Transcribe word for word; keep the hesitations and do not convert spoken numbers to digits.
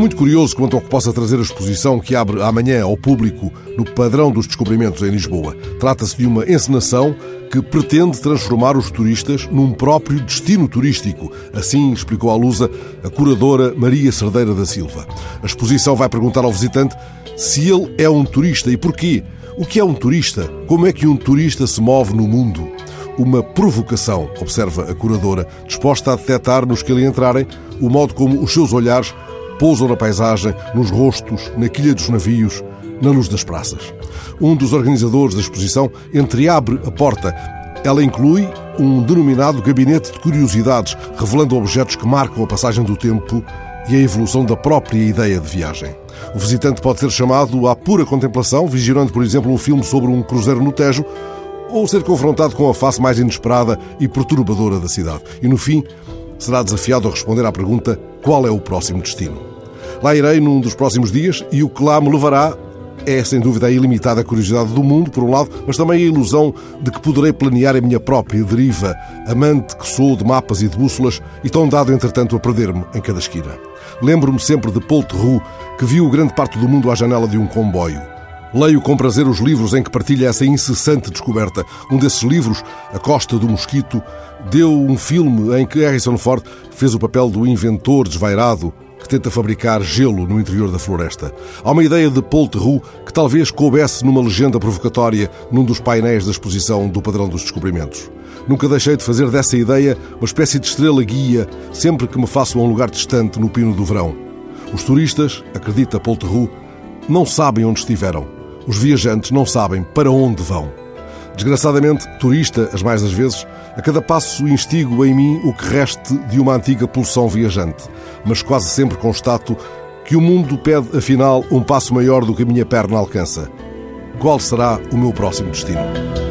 muito curioso quanto ao que possa trazer a exposição que abre amanhã ao público no Padrão dos Descobrimentos, em Lisboa. Trata-se de uma encenação que pretende transformar os turistas num próprio destino turístico. Assim explicou à Lusa a curadora Maria Cerdeira da Silva. A exposição vai perguntar ao visitante se ele é um turista e porquê. O que é um turista? Como é que um turista se move no mundo? Uma provocação, observa a curadora, disposta a detectar nos que ali entrarem o modo como os seus olhares pousam na paisagem, nos rostos, na quilha dos navios, na luz das praças. Um dos organizadores da exposição entreabre a porta. Ela inclui um denominado gabinete de curiosidades, revelando objetos que marcam a passagem do tempo e a evolução da própria ideia de viagem. O visitante pode ser chamado à pura contemplação, visionando, por exemplo, um filme sobre um cruzeiro no Tejo, ou ser confrontado com a face mais inesperada e perturbadora da cidade. E, no fim, será desafiado a responder à pergunta: qual é o próximo destino? Lá irei num dos próximos dias e o que lá me levará é, sem dúvida, a ilimitada curiosidade do mundo, por um lado, mas também a ilusão de que poderei planear a minha própria deriva, amante que sou de mapas e de bússolas e tão dado, entretanto, a perder-me em cada esquina. Lembro-me sempre de Paul Theroux, que viu grande parte do mundo à janela de um comboio. Leio com prazer os livros em que partilha essa incessante descoberta. Um desses livros, A Costa do Mosquito, deu um filme em que Harrison Ford fez o papel do inventor desvairado que tenta fabricar gelo no interior da floresta. Há uma ideia de Paul Theroux que talvez coubesse numa legenda provocatória num dos painéis da exposição do Padrão dos Descobrimentos. Nunca deixei de fazer dessa ideia uma espécie de estrela guia sempre que me faço a um lugar distante no pino do verão. Os turistas, acredita Paul Theroux, não sabem onde estiveram. Os viajantes não sabem para onde vão. Desgraçadamente, turista, as mais das vezes, a cada passo instigo em mim o que reste de uma antiga pulsão viajante, mas quase sempre constato que o mundo pede, afinal, um passo maior do que a minha perna alcança. Qual será o meu próximo destino?